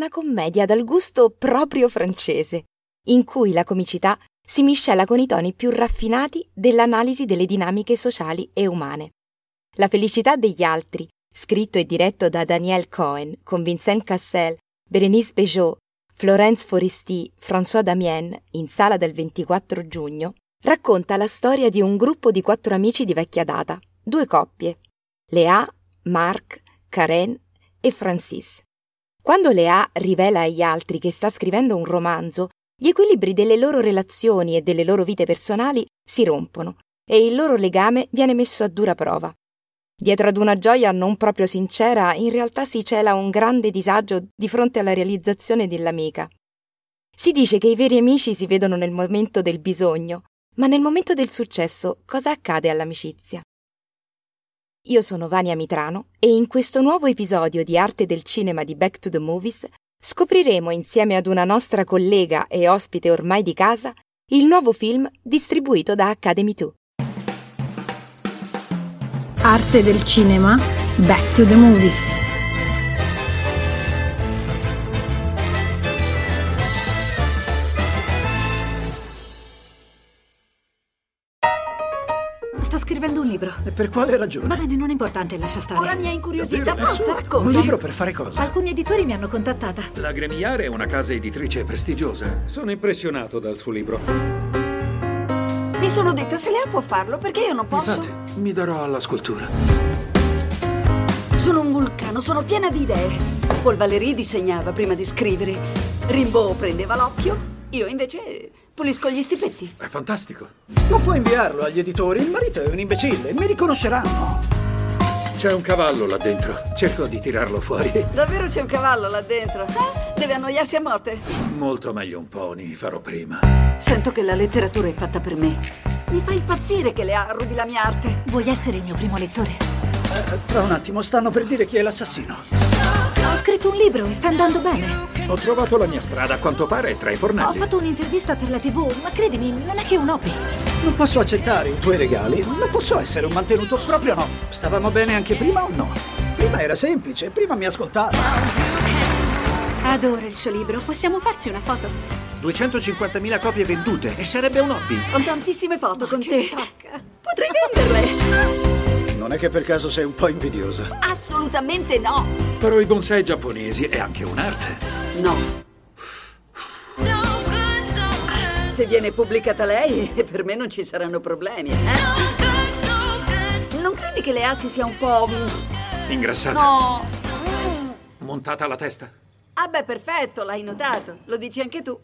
una commedia dal gusto proprio francese, in cui la comicità si miscela con i toni più raffinati dell'analisi delle dinamiche sociali e umane. La felicità degli altri, scritto e diretto da Daniel Cohen, con Vincent Cassel, Bérénice Bejo, Florence Foresti, François Damiens, in sala del 24 giugno, racconta la storia di un gruppo di 4 amici di vecchia data, 2 coppie, Léa, Marc, Karen e Francis. Quando Léa rivela agli altri che sta scrivendo un romanzo, gli equilibri delle loro relazioni e delle loro vite personali si rompono e il loro legame viene messo a dura prova. Dietro ad una gioia non proprio sincera, in realtà si cela un grande disagio di fronte alla realizzazione dell'amica. Si dice che i veri amici si vedono nel momento del bisogno, ma nel momento del successo cosa accade all'amicizia? Io sono Vania Mitrano e in questo nuovo episodio di Arte del Cinema di Back to the Movies scopriremo insieme ad una nostra collega e ospite ormai di casa il nuovo film distribuito da Academy 2. Arte del cinema, Back to the Movies. Sto scrivendo un libro. E per quale ragione? Va bene, non è importante, lascia stare. Ora mi ha incuriosita. Davvero? Forza, Nessuno? racconta. Un libro per fare cosa? Alcuni editori mi hanno contattata. La Gremillard è una casa editrice prestigiosa. Sono impressionato dal suo libro. Mi sono detta se Lea può farlo, perché io non posso. Infatti, mi darò alla scultura. Sono un vulcano, sono piena di idee. Paul Valéry disegnava prima di scrivere. Rimbaud prendeva l'oppio. Io invece pulisco gli stipetti. È fantastico. Non puoi inviarlo agli editori. Il marito è un imbecille. Mi riconosceranno. C'è un cavallo là dentro. Cerco di tirarlo fuori. Davvero c'è un cavallo là dentro? Deve annoiarsi a morte. Molto meglio un pony, farò prima. Sento che la letteratura è fatta per me. Mi fa impazzire che Lea rubi la mia arte. Vuoi essere il mio primo lettore? Tra un attimo, stanno per dire chi è l'assassino. Ho scritto un libro e sta andando bene. Ho trovato la mia strada, a quanto pare, tra i Ho fornelli. fatto un'intervista per la TV, ma credimi, non è che un hobby. Non posso accettare i tuoi regali. Non posso essere un mantenuto, proprio no. Stavamo bene anche prima o no? Prima era semplice, prima mi ascoltava. Adoro il suo libro, possiamo farci una foto? 250.000 copie vendute e sarebbe un hobby. Ho tantissime foto con te. Sciocca. Potrei venderle. Non è che per caso sei un po' invidiosa? Assolutamente no. Però i bonsai giapponesi è anche un'arte. No. Se viene pubblicata lei, per me non ci saranno problemi. Non credi che Lea si sia un po'... Ingrassata. No. Montata la testa. Ah beh, perfetto, l'hai notato. Lo dici anche tu.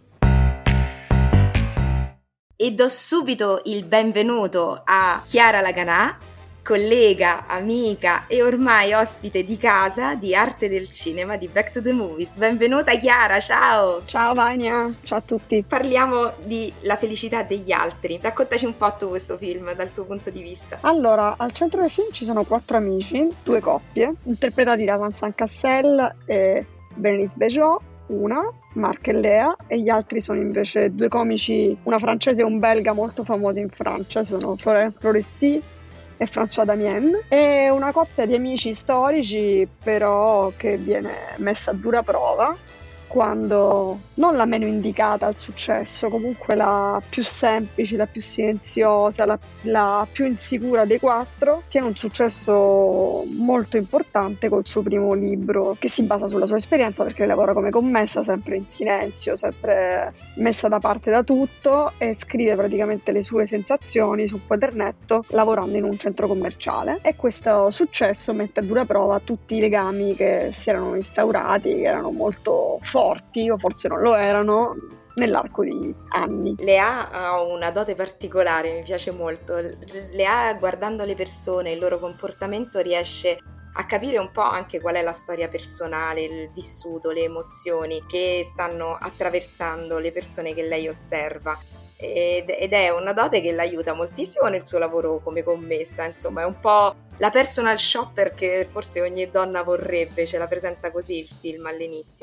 E do subito il benvenuto a Chiara Laganà, collega, amica e ormai ospite di casa di Arte del Cinema di Back to the Movies. Benvenuta Chiara, ciao! Ciao Vania, ciao a tutti. Parliamo di La felicità degli altri. Raccontaci un po' tu questo film dal tuo punto di vista. Allora, al centro del film ci sono 4 amici, 2 coppie, interpretati da Vincent Cassel e Bérénice Bejo, una, Marc e Léa, e gli altri sono invece 2 comici, una francese e un belga molto famosi in Francia, sono Florence Foresti e François Damiens. È una coppia di amici storici, però che viene messa a dura prova quando non la meno indicata al successo, comunque la più semplice, la più silenziosa, la più insicura dei 4, tiene un successo molto importante col suo primo libro, che si basa sulla sua esperienza, perché lavora come commessa, sempre in silenzio, sempre messa da parte da tutto, e scrive praticamente le sue sensazioni su un quadernetto lavorando in un centro commerciale. E questo successo mette a dura prova tutti i legami che si erano instaurati, che erano molto forti o forse non lo erano nell'arco di anni. Léa ha una dote particolare, mi piace molto. Léa, guardando le persone, il loro comportamento, riesce a capire un po' anche qual è la storia personale, il vissuto, le emozioni che stanno attraversando le persone che lei osserva. Ed è una dote che l'aiuta moltissimo nel suo lavoro come commessa, insomma è un po' la personal shopper che forse ogni donna vorrebbe, ce la presenta così il film all'inizio.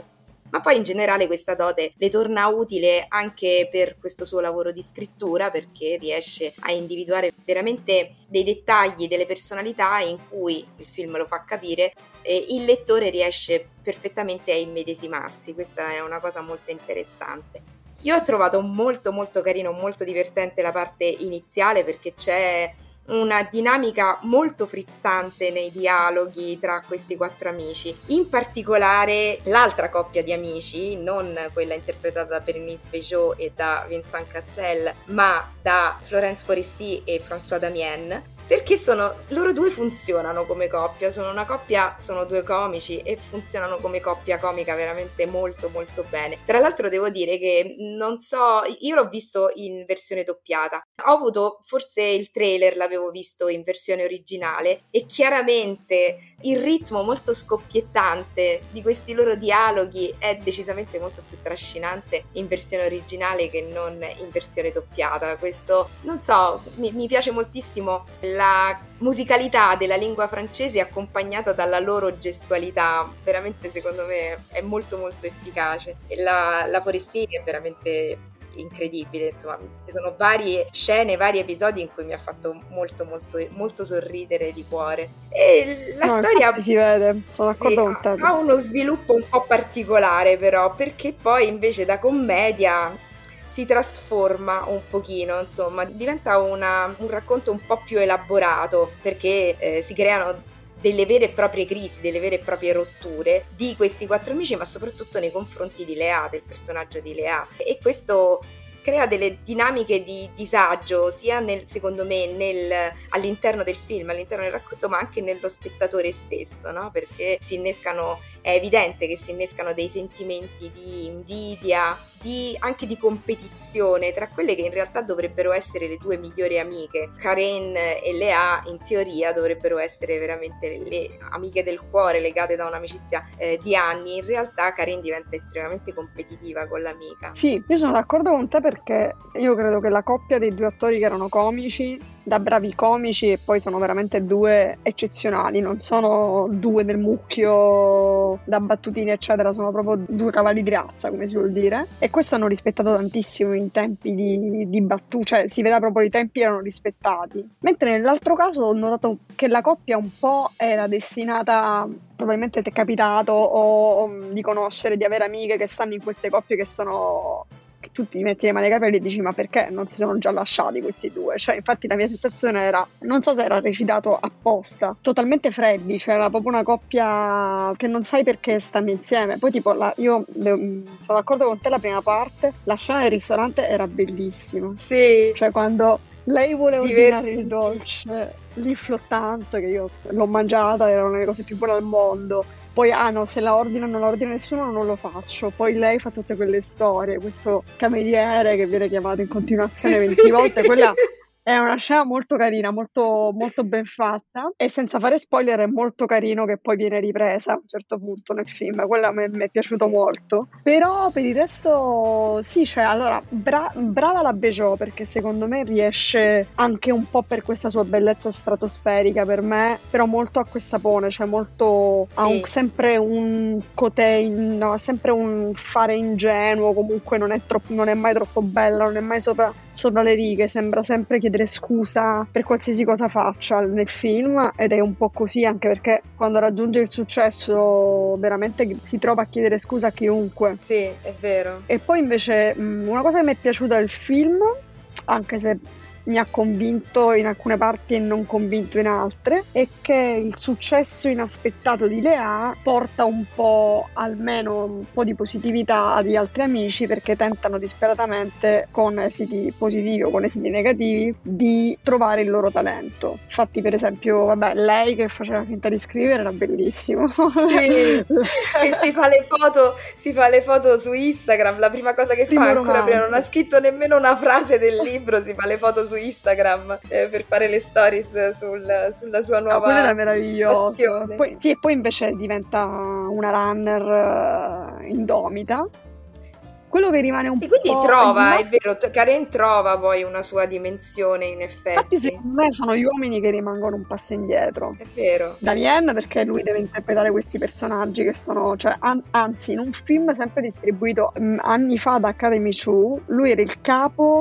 ma poi in generale questa dote le torna utile anche per questo suo lavoro di scrittura, perché riesce a individuare veramente dei dettagli, delle personalità in cui, il film lo fa capire, il lettore riesce perfettamente a immedesimarsi. Questa è una cosa molto interessante. Io ho trovato molto molto carino, molto divertente la parte iniziale, perché c'è una dinamica molto frizzante nei dialoghi tra questi 4 amici, in particolare l'altra coppia di amici, non quella interpretata da Bérénice Bejo e da Vincent Cassel, ma da Florence Foresti e François Damiens, perché loro due funzionano come coppia, sono 2 comici e funzionano come coppia comica veramente molto molto bene. Tra l'altro devo dire che non so, io l'ho visto in versione doppiata, ho avuto, forse il trailer l'avevo visto in versione originale, e chiaramente il ritmo molto scoppiettante di questi loro dialoghi è decisamente molto più trascinante in versione originale che non in versione doppiata. Questo, non so, mi piace moltissimo la musicalità della lingua francese accompagnata dalla loro gestualità, veramente secondo me è molto molto efficace, e la Foresti è veramente incredibile, insomma ci sono varie scene, vari episodi in cui mi ha fatto molto molto molto sorridere di cuore, e la storia si vede, sono d'accordo con te. Ha uno sviluppo un po' particolare però, perché poi invece da commedia si trasforma un pochino, insomma diventa un racconto un po' più elaborato, perché si creano delle vere e proprie crisi, delle vere e proprie rotture di questi 4 amici, ma soprattutto nei confronti di Léa, del personaggio di Léa, e questo crea delle dinamiche di disagio sia secondo me all'interno del film, all'interno del racconto, ma anche nello spettatore stesso, no? Perché è evidente che si innescano dei sentimenti di invidia, anche di competizione tra quelle che in realtà dovrebbero essere le 2 migliori amiche. Karen e Léa in teoria dovrebbero essere veramente le amiche del cuore, legate da un'amicizia di anni. In realtà Karen diventa estremamente competitiva con l'amica. Sì, io sono d'accordo con te, perché io credo che la coppia dei 2 attori che erano comici, da bravi comici, e poi sono veramente 2 eccezionali, non sono 2 del mucchio da battutini eccetera, sono proprio 2 cavalli di razza, come si vuol dire, e questo hanno rispettato tantissimo in tempi di battute, cioè si vede proprio i tempi erano rispettati, mentre nell'altro caso ho notato che la coppia un po' era destinata, probabilmente ti è capitato o di conoscere, di avere amiche che stanno in queste coppie che tu ti metti le mani ai capelli e dici ma perché non si sono già lasciati questi 2? Cioè infatti la mia sensazione era, non so se era recitato apposta, totalmente freddi, cioè era proprio una coppia che non sai perché stanno insieme. Poi tipo io sono d'accordo con te, la prima parte, la scena del ristorante era bellissima, sì, cioè quando lei vuole ordinare il dolce lì flottante, che io l'ho mangiata, era una delle cose più buone al mondo. Poi no, se non la ordina nessuno non lo faccio. Poi lei fa tutte quelle storie, questo cameriere che viene chiamato in continuazione 20 volte, quella è una scena molto carina, molto, molto ben fatta, e senza fare spoiler è molto carino che poi viene ripresa a un certo punto nel film, quella mi è piaciuto molto. Però per il resto sì, cioè allora brava la Bejo, perché secondo me riesce anche un po' per questa sua bellezza stratosferica per me, però molto acqua e sapone, cioè molto sì. ha sempre un sempre un fare ingenuo, comunque non è mai troppo bella, non è mai sopra le righe, sembra sempre chiedere scusa per qualsiasi cosa faccia nel film, ed è un po' così anche perché quando raggiunge il successo veramente si trova a chiedere scusa a chiunque. Sì, è vero. E poi invece una cosa che mi è piaciuta del film, anche se mi ha convinto in alcune parti e non convinto in altre, è che il successo inaspettato di Léa porta un po', almeno un po' di positività agli altri amici, perché tentano disperatamente, con esiti positivi o con esiti negativi, di trovare il loro talento. Infatti per esempio lei che faceva finta di scrivere era bellissimo, sì, che si fa le foto su Instagram, la prima cosa che fa ancora prima, non ha scritto nemmeno una frase del libro, si fa le foto su Instagram per fare le stories sulla sua nuova quella era meravigliosa passione. Poi invece diventa una runner indomita. quello che rimane un Sì, quindi po' trova, è vero, Karen trova poi una sua dimensione in Infatti effetti. secondo me sono gli uomini che rimangono un passo indietro. È vero. Damien, perché lui deve interpretare questi personaggi che sono, cioè, anzi, in un film sempre distribuito anni fa da Academy 2, lui era il capo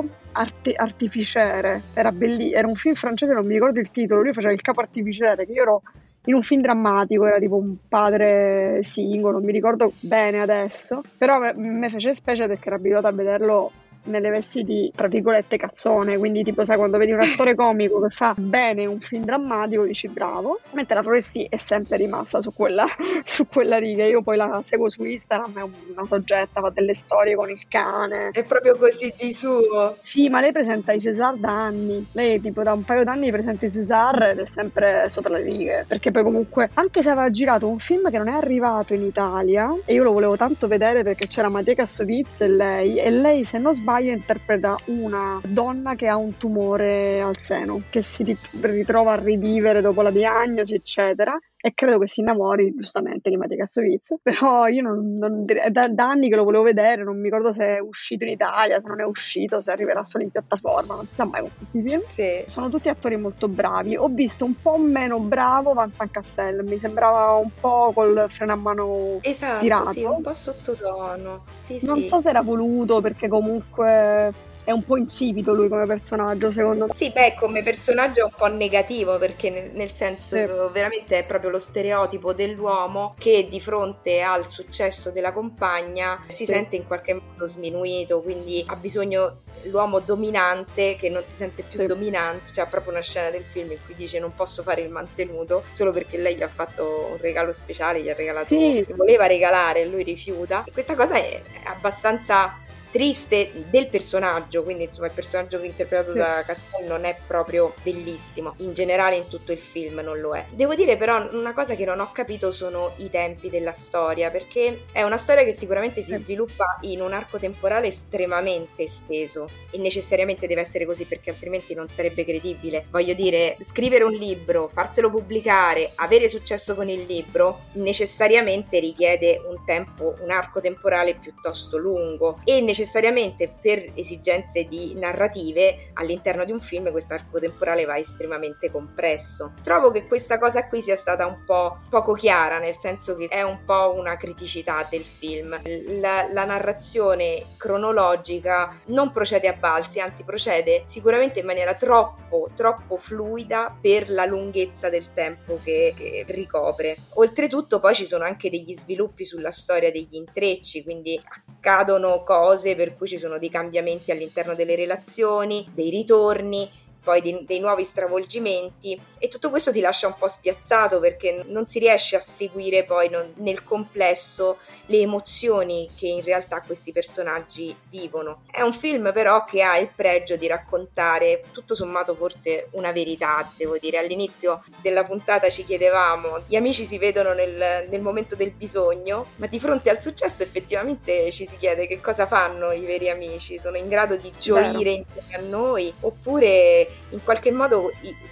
artificiere, era un film francese, non mi ricordo il titolo, lui faceva il capo artificiere, che io ero in un film drammatico, era tipo un padre single, non mi ricordo bene adesso, però mi fece specie perché ero abituata a vederlo nelle vesti di, tra virgolette, cazzone, quindi tipo sai quando vedi un attore comico che fa bene un film drammatico dici bravo, mentre la Foresti è sempre rimasta su quella riga. Io poi la seguo su Instagram, è una soggetta, fa delle storie con il cane, è proprio così di suo. Sì, ma lei presenta i César da anni, lei tipo da un paio d'anni presenta i César ed è sempre sopra le righe, perché poi comunque anche se aveva girato un film che non è arrivato in Italia e io lo volevo tanto vedere perché c'era Mattia Kassovitz e lei se non sbaglio interpreta una donna che ha un tumore al seno, che si ritrova a rivivere dopo la diagnosi, eccetera. E credo che si innamori giustamente di Mattia Kassovitz, però io è da anni che lo volevo vedere, non mi ricordo se è uscito in Italia, se non è uscito, se arriverà solo in piattaforma, non si sa mai con questi film. Sì. Sono tutti attori molto bravi. Ho visto un po' meno bravo Vincent Cassel, mi sembrava un po' col freno a mano tirato. Sì, un po' sottotono. Sì, non so se era voluto, perché comunque è un po' insipido lui come personaggio, secondo me. Sì, beh, come personaggio è un po' negativo, perché nel senso che veramente è proprio lo stereotipo dell'uomo che di fronte al successo della compagna si sente in qualche modo sminuito, quindi ha bisogno l'uomo dominante che non si sente più dominante. C'è proprio una scena del film in cui dice non posso fare il mantenuto solo perché lei gli ha fatto un regalo speciale, gli ha regalato, voleva regalare e lui rifiuta, e questa cosa è abbastanza triste del personaggio, quindi insomma il personaggio che è interpretato da Castello non è proprio bellissimo, in generale in tutto il film non lo è. Devo dire però una cosa che non ho capito sono i tempi della storia, perché è una storia che sicuramente si sviluppa in un arco temporale estremamente esteso e necessariamente deve essere così perché altrimenti non sarebbe credibile. Voglio dire, scrivere un libro, farselo pubblicare, avere successo con il libro necessariamente richiede un tempo, un arco temporale piuttosto lungo e necessariamente per esigenze di narrative all'interno di un film quest'arco temporale va estremamente compresso. Trovo che questa cosa qui sia stata un po' poco chiara, nel senso che è un po' una criticità del film. La narrazione cronologica non procede a balzi, anzi procede sicuramente in maniera troppo fluida per la lunghezza del tempo che ricopre. Oltretutto poi ci sono anche degli sviluppi sulla storia degli intrecci, quindi accadono cose per cui ci sono dei cambiamenti all'interno delle relazioni, dei ritorni, poi dei nuovi stravolgimenti, e tutto questo ti lascia un po' spiazzato perché non si riesce a seguire poi nel complesso le emozioni che in realtà questi personaggi vivono. È un film però che ha il pregio di raccontare tutto sommato forse una verità, devo dire. All'inizio della puntata ci chiedevamo, gli amici si vedono nel momento del bisogno, ma di fronte al successo effettivamente ci si chiede che cosa fanno i veri amici, sono in grado di gioire insieme a noi oppure in qualche modo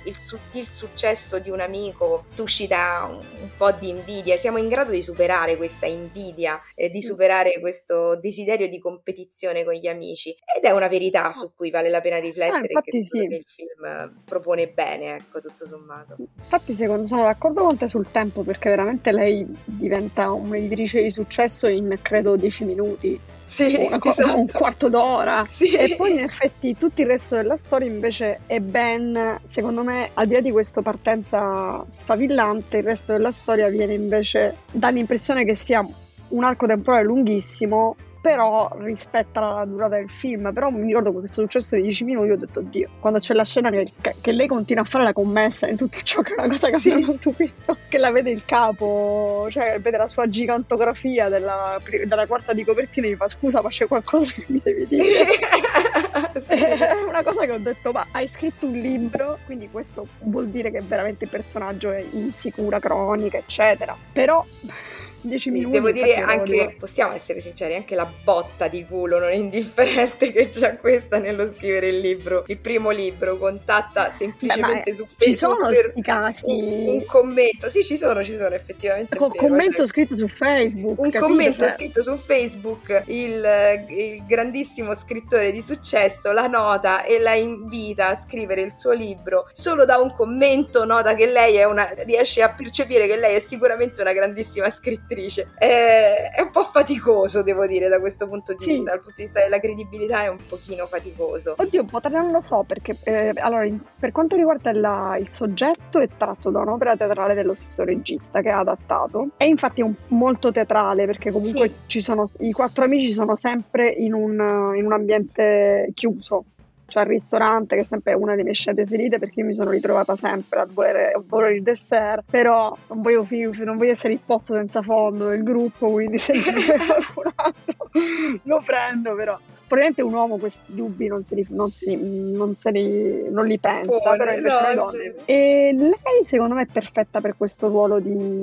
il successo di un amico suscita un po' di invidia. Siamo in grado di superare questa invidia, di superare questo desiderio di competizione con gli amici, ed è una verità su cui vale la pena riflettere, che secondo me il film propone bene, ecco, tutto sommato. Infatti sono d'accordo con te sul tempo, perché veramente lei diventa un'editrice di successo in credo 10 minuti. Esatto. Un quarto d'ora e poi in effetti tutto il resto della storia invece è ben, secondo me, al di là di questa partenza sfavillante, il resto della storia viene invece, dà l'impressione che sia un arco temporale lunghissimo, però rispetta la durata del film. Però mi ricordo che questo successo di 10 minuti ho detto oddio, quando c'è la scena che lei continua a fare la commessa in tutto ciò, che è una cosa che mi ha stupito, che la vede il capo, cioè vede la sua gigantografia della quarta di copertina e gli fa scusa ma c'è qualcosa che mi devi dire. È una cosa che ho detto, ma hai scritto un libro, quindi questo vuol dire che veramente il personaggio è insicura, cronica, eccetera, però 10 minuti. Devo dire infatti anche, possiamo essere sinceri, anche la botta di culo non è indifferente che c'ha questa nello scrivere il libro. Il primo libro, contatta semplicemente su Facebook. Ci sono sti casi. Un commento, sì, ci sono effettivamente. Commento scritto su Facebook. Un capito? commento scritto su Facebook, il grandissimo scrittore di successo la nota e la invita a scrivere il suo libro. Solo da un commento nota che lei riesce a percepire che lei è sicuramente una grandissima scrittrice. È un po' faticoso, devo dire, da questo punto di vista. Dal punto di vista della credibilità è un pochino faticoso. Oddio, non lo so, perché allora, per quanto riguarda il soggetto, è tratto da un'opera teatrale dello stesso regista che ha adattato. È infatti molto teatrale, perché comunque i 4 amici sono sempre in un ambiente chiuso. Cioè il ristorante, che è sempre una delle mie scene preferite, perché io mi sono ritrovata sempre a volere il dessert, però non voglio essere il pozzo senza fondo del gruppo, quindi se qualcun altro lo prendo, però probabilmente un uomo questi dubbi non li pensa, però invece le donne. E lei secondo me è perfetta per questo ruolo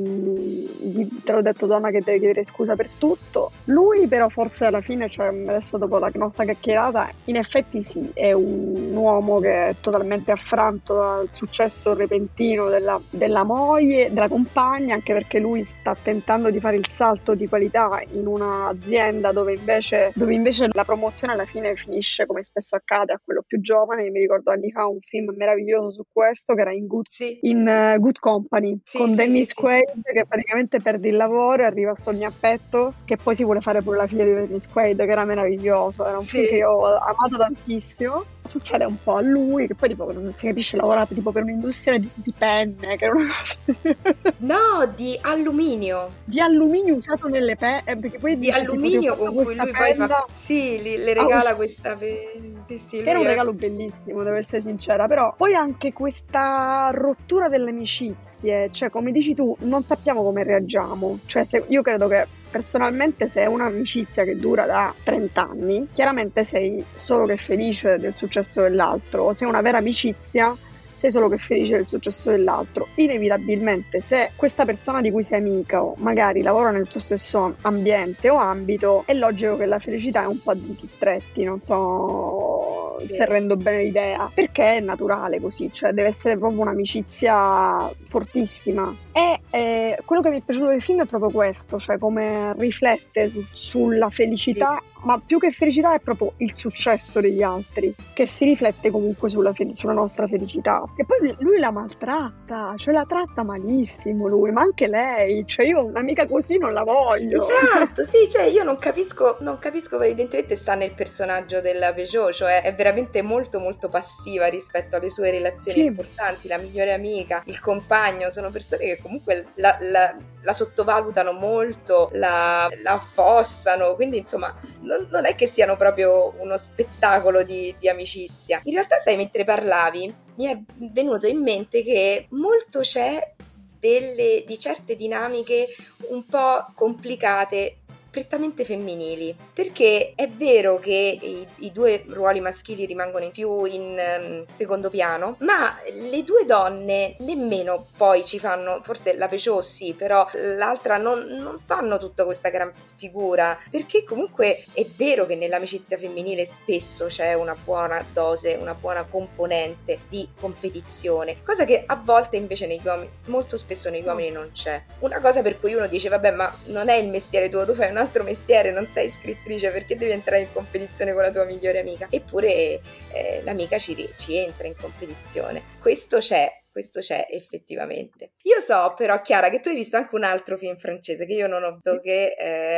di te l'ho detto, donna che deve chiedere scusa per tutto. Lui però forse alla fine, cioè adesso dopo la nostra chiacchierata, in effetti sì, è un uomo che è totalmente affranto dal successo repentino della moglie, della compagna, anche perché lui sta tentando di fare il salto di qualità in un'azienda dove invece la promozione alla fine finisce, come spesso accade a quello più giovane. Mi ricordo anni fa un film meraviglioso su questo, che era in Good Company, con Dennis Quaid, che praticamente perde il lavoro e arriva sto gnappetto che poi si vuole fare pure la figlia di Dennis Quaid, che era meraviglioso, era un film che io ho amato tantissimo. Succede un po' a lui, che poi tipo non si capisce, lavora tipo per un'industria di penne, che era una cosa di alluminio usato nelle penne, perché poi di alluminio con cui lui poi fa le regala questa era un regalo bellissimo, devo essere sincera. Però poi anche questa rottura delle amicizie, cioè come dici tu, non sappiamo come reagiamo. Cioè io credo che personalmente, se è un'amicizia che dura da 30 anni, chiaramente sei solo che felice del successo dell'altro, o se è una vera amicizia sei solo che felice del successo dell'altro. Inevitabilmente, se questa persona di cui sei amica o magari lavora nel tuo stesso ambiente o ambito, è logico che la felicità è un po' a denti stretti, non so se rendo bene l'idea, perché è naturale così, cioè deve essere proprio un'amicizia fortissima. E quello che mi è piaciuto del film è proprio questo, cioè come riflette sulla felicità, ma più che felicità è proprio il successo degli altri, che si riflette comunque sulla nostra felicità. E poi lui la maltratta, cioè la tratta malissimo lui, ma anche lei, cioè io un'amica così non la voglio. Esatto, sì, cioè io non capisco, evidentemente sta nel personaggio della Peugeot, cioè è veramente molto molto passiva rispetto alle sue relazioni importanti, la migliore amica, il compagno, sono persone che comunque la sottovalutano molto, la affossano, quindi insomma non è che siano proprio uno spettacolo di amicizia. In realtà, sai, mentre parlavi mi è venuto in mente che molto c'è di certe dinamiche un po' complicate, prettamente femminili, perché è vero che i due ruoli maschili rimangono più in secondo piano, ma le due donne nemmeno poi ci fanno, forse la Peugeot sì, però l'altra non fanno tutta questa gran figura, perché comunque è vero che nell'amicizia femminile spesso c'è una buona dose, una buona componente di competizione, cosa che a volte invece negli uomini, molto spesso negli uomini non c'è. Una cosa per cui uno dice vabbè, ma non è il mestiere tuo, tu fai un altro mestiere, non sei scrittrice, perché devi entrare in competizione con la tua migliore amica? Eppure l'amica ci entra in competizione. Questo c'è effettivamente. Io so però, Chiara, che tu hai visto anche un altro film francese che io non ho visto, che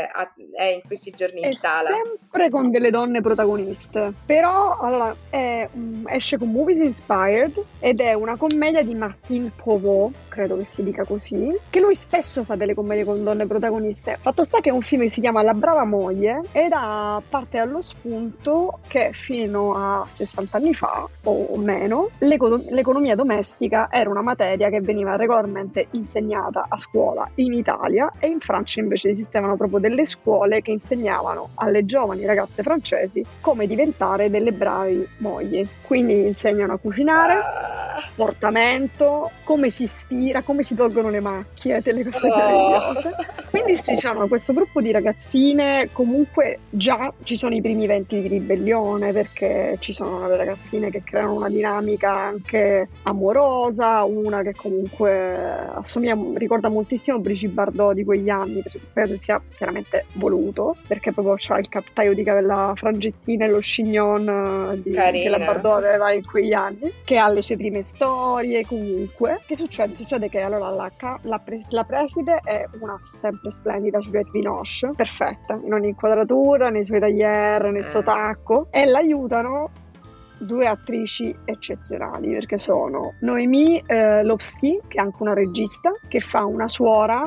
è in questi giorni in sala. Sempre con delle donne protagoniste, però allora esce con Movies Inspired ed è una commedia di Martin Provost, credo che si dica così, che lui spesso fa delle commedie con donne protagoniste. Fatto sta che è un film che si chiama La brava moglie ed parte dallo spunto che fino a 60 anni fa o meno l'economia domestica era una materia che veniva regolarmente insegnata a scuola in Italia, e in Francia invece esistevano proprio delle scuole che insegnavano alle giovani ragazze francesi come diventare delle bravi mogli. Quindi insegnano a cucinare, portamento, come si stira, come si tolgono le macchie, delle cose meravigliose. Quindi ci sono questo gruppo di ragazzine, comunque già ci sono i primi venti di ribellione, perché ci sono le ragazzine che creano una dinamica anche amorosa, una che comunque ricorda moltissimo Brigitte Bardot di quegli anni, perché credo sia chiaramente voluto, perché proprio c'ha il captaio di la frangettina e lo chignon che la Bardot aveva in quegli anni, che ha le sue prime storie. Comunque, che succede? Succede che allora la preside è una sempre splendida Juliette Binoche, perfetta in ogni inquadratura, nei suoi tailleur, nel suo tacco, e l'aiutano due attrici eccezionali, perché sono Noémie Lvovsky, che è anche una regista, che fa una suora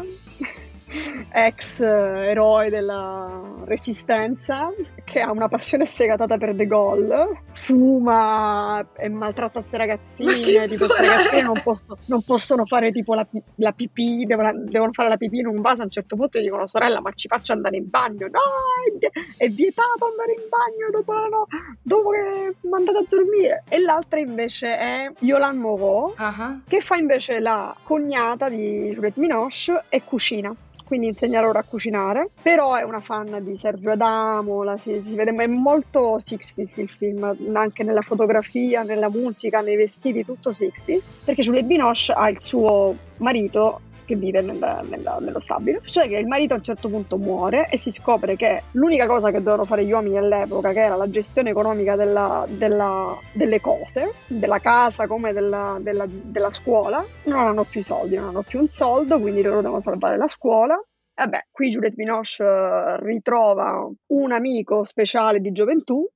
ex eroe della Resistenza, che ha una passione sfegatata per De Gaulle, fuma e maltratta queste ragazzine, tipo queste ragazzine non possono fare tipo la pipì, devono fare la pipì in un vaso. A un certo punto gli dicono: sorella, ma ci faccia andare in bagno? No, è vietato andare in bagno dopo che mandate a dormire. E l'altra invece è Yolande Moreau, che fa invece la cognata di Juliette Binoche e cucina, quindi insegna loro a cucinare. Però è una fan di Sergio Adamo, si vede, è molto 60s il film, anche nella fotografia, nella musica, nei vestiti, tutto 60s, perché Juliette Binoche ha il suo marito che vive nello stabile. Cioè che il marito a un certo punto muore e si scopre che l'unica cosa che dovevano fare gli uomini all'epoca, che era la gestione economica delle cose, della casa come della scuola, non hanno più i soldi, non hanno più un soldo, quindi loro devono salvare la scuola. Vabbè, qui Juliette Binoche ritrova un amico speciale di gioventù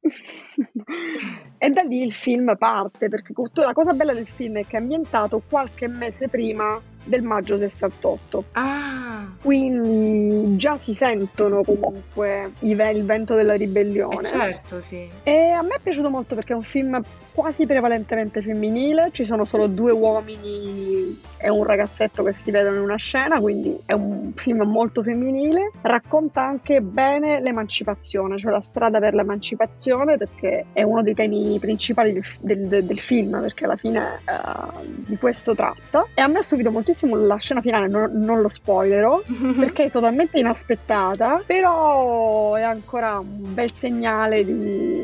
e da lì il film parte, perché la cosa bella del film è che è ambientato qualche mese prima del maggio 68. Quindi già si sentono comunque il vento della ribellione. Certo, sì. E a me è piaciuto molto perché è un film quasi prevalentemente femminile, ci sono solo 2 uomini e un ragazzetto che si vedono in una scena, quindi è un film molto femminile. Racconta anche bene l'emancipazione, cioè la strada per l'emancipazione, perché è uno dei temi principali del film, perché alla fine di questo tratta. E a me ha stupito moltissimo la scena finale, non lo spoilerò perché è totalmente inaspettata, però è ancora un bel segnale di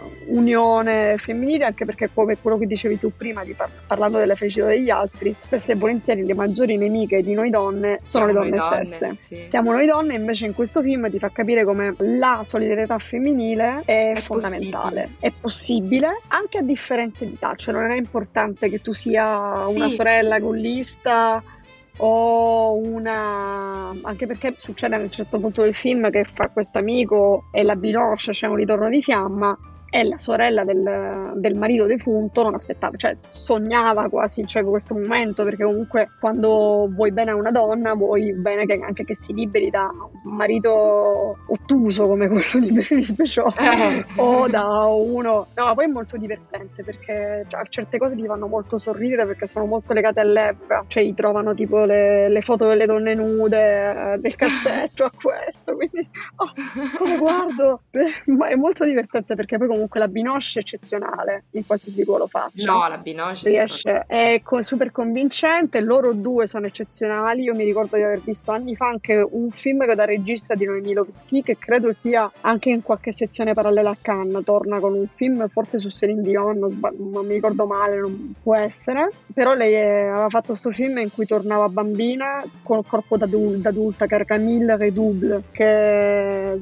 unione femminile, anche perché, come quello che dicevi tu prima, parlando della felicità degli altri, spesso e volentieri le maggiori nemiche di noi donne sono le donne stesse. Sì. Siamo noi donne, invece in questo film ti fa capire come la solidarietà femminile è fondamentale. È possibile anche a differenza di età, cioè non è importante che tu sia una sorella gollista o anche perché succede a un certo punto del film che fa questo amico e la Binoche c'è un ritorno di fiamma, e la sorella del marito defunto non aspettava, cioè sognava quasi, cioè, questo momento, perché comunque quando vuoi bene a una donna vuoi bene anche che si liberi da un marito ottuso come quello di Bérénice Bejo o da uno. No, poi è molto divertente perché certe cose ti fanno molto sorridere, perché sono molto legate all'epoca, cioè gli trovano tipo le foto delle donne nude del cassetto a questo, quindi come guardo, ma è molto divertente perché poi comunque la Binoche è eccezionale in qualsiasi ruolo faccia. No, la Binoche riesce, è super convincente, loro 2 sono eccezionali. Io mi ricordo di aver visto anni fa anche un film da regista di Noémie Lvovsky, che credo sia anche in qualche sezione parallela a Cannes, torna con un film forse su Céline Dion, non mi ricordo male, non può essere, però lei aveva fatto questo film in cui tornava bambina con il corpo d'adulta, che era Camille Redouble, che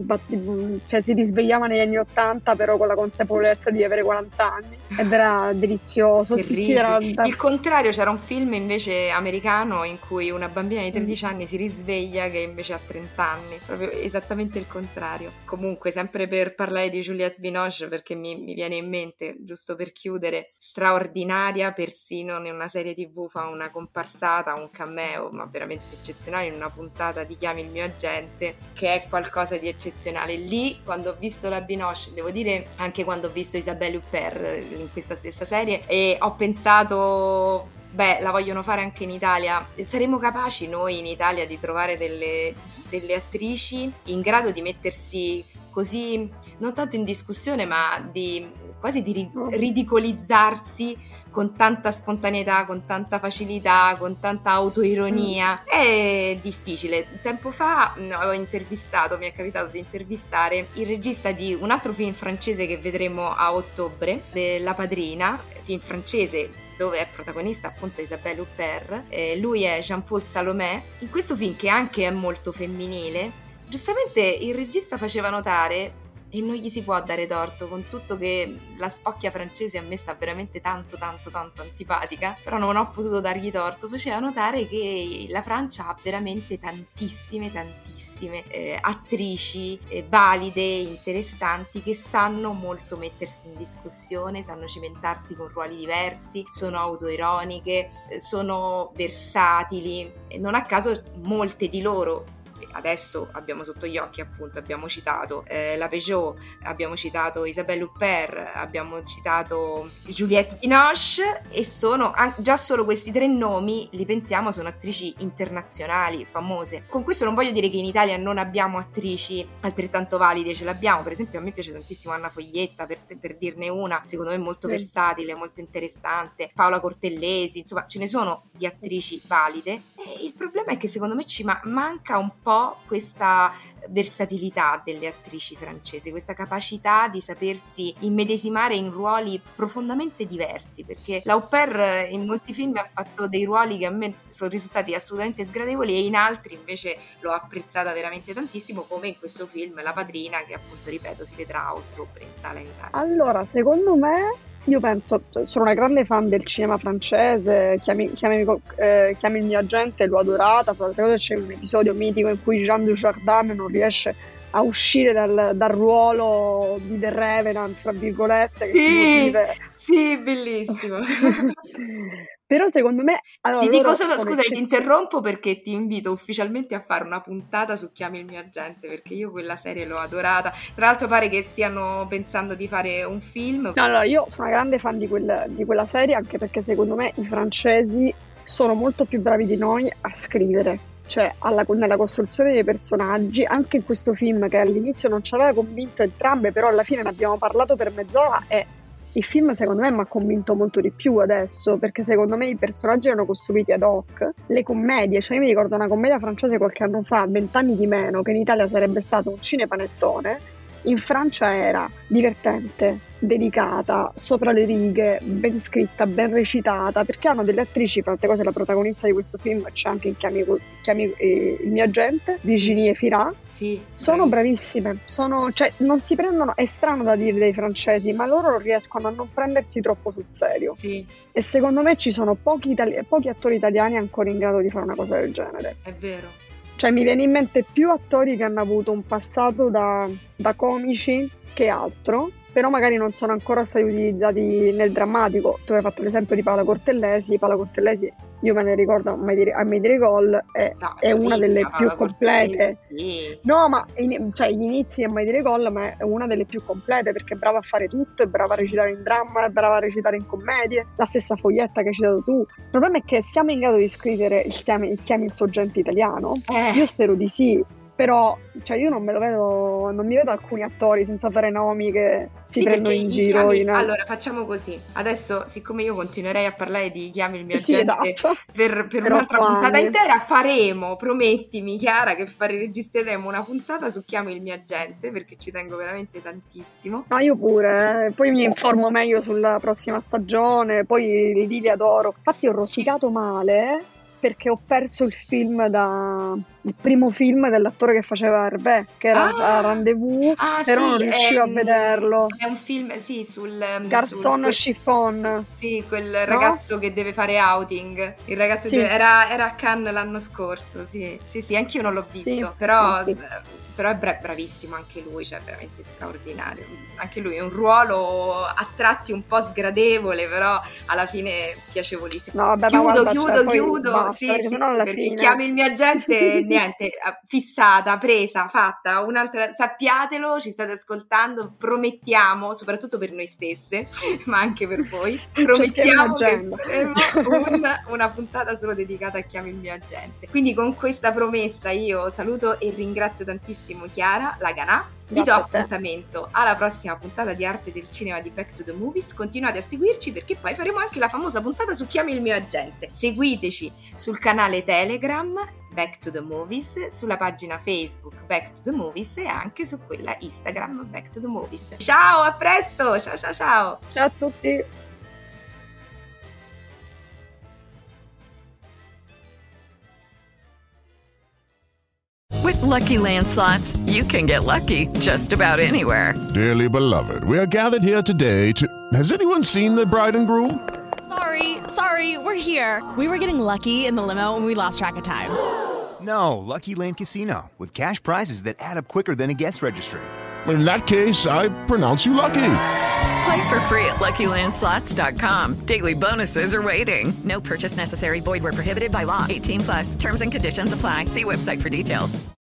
si risvegliava negli anni 80 però con la consapevolezza di avere 40 anni, ed era delizioso. Sì, era il contrario, c'era un film invece americano in cui una bambina di 13 anni si risveglia che invece ha 30 anni, proprio esattamente il contrario. Comunque, sempre per parlare di Juliette Binoche, perché mi viene in mente, giusto per chiudere, straordinaria, persino in una serie TV fa una comparsata, un cameo, ma veramente eccezionale, in una puntata di Chiami il mio agente, che è qualcosa di eccezionale. Lì, quando ho visto la Binoche, devo dire anche quando ho visto Isabelle Huppert in questa stessa serie, e ho pensato, la vogliono fare anche in Italia. Saremo capaci noi in Italia di trovare delle attrici in grado di mettersi così, non tanto in discussione, ma di quasi di ridicolizzarsi con tanta spontaneità, con tanta facilità, con tanta autoironia. È difficile. Tempo fa mi è capitato di intervistare il regista di un altro film francese che vedremo a ottobre, della Padrina, film francese dove è protagonista appunto Isabelle Huppert. Lui è Jean-Paul Salomé. In questo film, che anche è molto femminile, giustamente il regista faceva notare, e non gli si può dare torto, con tutto che la spocchia francese a me sta veramente tanto antipatica, però non ho potuto dargli torto, faceva notare che la Francia ha veramente tantissime attrici valide, interessanti, che sanno molto mettersi in discussione, sanno cimentarsi con ruoli diversi, sono autoironiche, sono versatili, e non a caso molte di loro adesso abbiamo sotto gli occhi, appunto abbiamo citato la Peugeot, abbiamo citato Isabelle Huppert, abbiamo citato Juliette Binoche, e sono già solo questi 3 nomi, li pensiamo, sono attrici internazionali famose. Con questo non voglio dire che in Italia non abbiamo attrici altrettanto valide, ce l'abbiamo. Per esempio a me piace tantissimo Anna Foglietta, per dirne una, secondo me molto versatile, molto interessante, Paola Cortellesi, insomma ce ne sono di attrici valide, e il problema è che secondo me ci manca un po' questa versatilità delle attrici francesi, questa capacità di sapersi immedesimare in ruoli profondamente diversi, perché la Huppert in molti film ha fatto dei ruoli che a me sono risultati assolutamente sgradevoli, e in altri invece l'ho apprezzata veramente tantissimo, come in questo film La Padrina, che appunto, ripeto, si vedrà a ottobre in sala in Italia. Allora, secondo me, io penso, sono una grande fan del cinema francese, chiami il mio agente, l'ho adorata, tra l'altro c'è un episodio mitico in cui Jean Dujardin non riesce a uscire dal ruolo di The Revenant, tra virgolette. Sì, bellissimo. Però secondo me... Allora, ti dico solo, scusa, ti interrompo perché ti invito ufficialmente a fare una puntata su Chiami il mio agente, perché io quella serie l'ho adorata. Tra l'altro pare che stiano pensando di fare un film. No, allora, io sono una grande fan di quella serie, anche perché secondo me i francesi sono molto più bravi di noi a scrivere. Cioè nella costruzione dei personaggi, anche in questo film che all'inizio non ci aveva convinto entrambe, però alla fine ne abbiamo parlato per mezz'ora e il film secondo me mi ha convinto molto di più adesso, perché secondo me i personaggi erano costruiti ad hoc. Le commedie, cioè io mi ricordo una commedia francese qualche anno fa, 20 anni di meno, che in Italia sarebbe stato un cinepanettone, in Francia era divertente, dedicata, sopra le righe, ben scritta, ben recitata, perché hanno delle attrici, tra altre cose la protagonista di questo film c'è anche in Chiami il mio agente, Virginie Fira. Sì, sono bravissime, cioè non si prendono, è strano da dire dei francesi, ma loro riescono a non prendersi troppo sul serio. Sì. E secondo me ci sono pochi attori italiani ancora in grado di fare una cosa del genere. È vero. Cioè mi viene in mente più attori che hanno avuto un passato da comici che altro, però magari non sono ancora stati utilizzati nel drammatico. Tu hai fatto l'esempio di Paola Cortellesi, io me ne ricordo a Mai Dire Gol, è una delle più complete. Sì. No, ma cioè gli inizi a Mai Dire Gol, ma è una delle più complete, perché è brava a fare tutto, è brava a recitare in dramma, è brava a recitare in commedie, la stessa Foglietta che hai citato tu. Il problema è che siamo in grado di scrivere il chiami il tuo agente italiano? Io spero di sì. Però cioè io non mi vedo alcuni attori, senza fare nomi, che si prendono in giro. Allora facciamo così, adesso siccome io continuerei a parlare di Chiami il mio agente, esatto, per un'altra puntata intera, promettimi Chiara, che registreremo una puntata su Chiami il mio agente, perché ci tengo veramente tantissimo. No, io pure, poi mi informo meglio sulla prossima stagione, poi li adoro. Infatti ho rosicato male, perché ho perso il primo film dell'attore che faceva Hervé, che era Rendezvous, però non riuscivo a vederlo. È un film, sì, sul Garçon Chiffon. Sì, quel ragazzo che deve fare outing. Il ragazzo era a Cannes l'anno scorso, sì, anch'io non l'ho visto, però è bravissimo anche lui, cioè veramente straordinario. Anche lui è un ruolo a tratti un po' sgradevole, però alla fine piacevolissimo. No, vabbè, chiudo. Basta, sì, perché fine... Chiami il mio agente, niente, fissata, presa, fatta. Un'altra, sappiatelo, ci state ascoltando, promettiamo, soprattutto per noi stesse, ma anche per voi, promettiamo che faremo una puntata solo dedicata a Chiami il mio agente. Quindi con questa promessa io saluto e ringrazio tantissimo tantissimo Chiara Laganà. Vi do appuntamento alla prossima puntata di Arte del Cinema di Back to the Movies. Continuate a seguirci perché poi faremo anche la famosa puntata su Chiami il mio agente. Seguiteci sul canale Telegram Back to the Movies, sulla pagina Facebook Back to the Movies e anche su quella Instagram Back to the Movies. Ciao, a presto! Ciao ciao ciao! Ciao a tutti! With Lucky Land Slots, you can get lucky just about anywhere. Dearly beloved, we are gathered here today to... Has anyone seen the bride and groom? Sorry, we're here. We were getting lucky in the limo and we lost track of time. No, Lucky Land Casino, with cash prizes that add up quicker than a guest registry. In that case, I pronounce you lucky. Play for free at LuckyLandSlots.com. Daily bonuses are waiting. No purchase necessary. Void where prohibited by law. 18+. Terms and conditions apply. See website for details.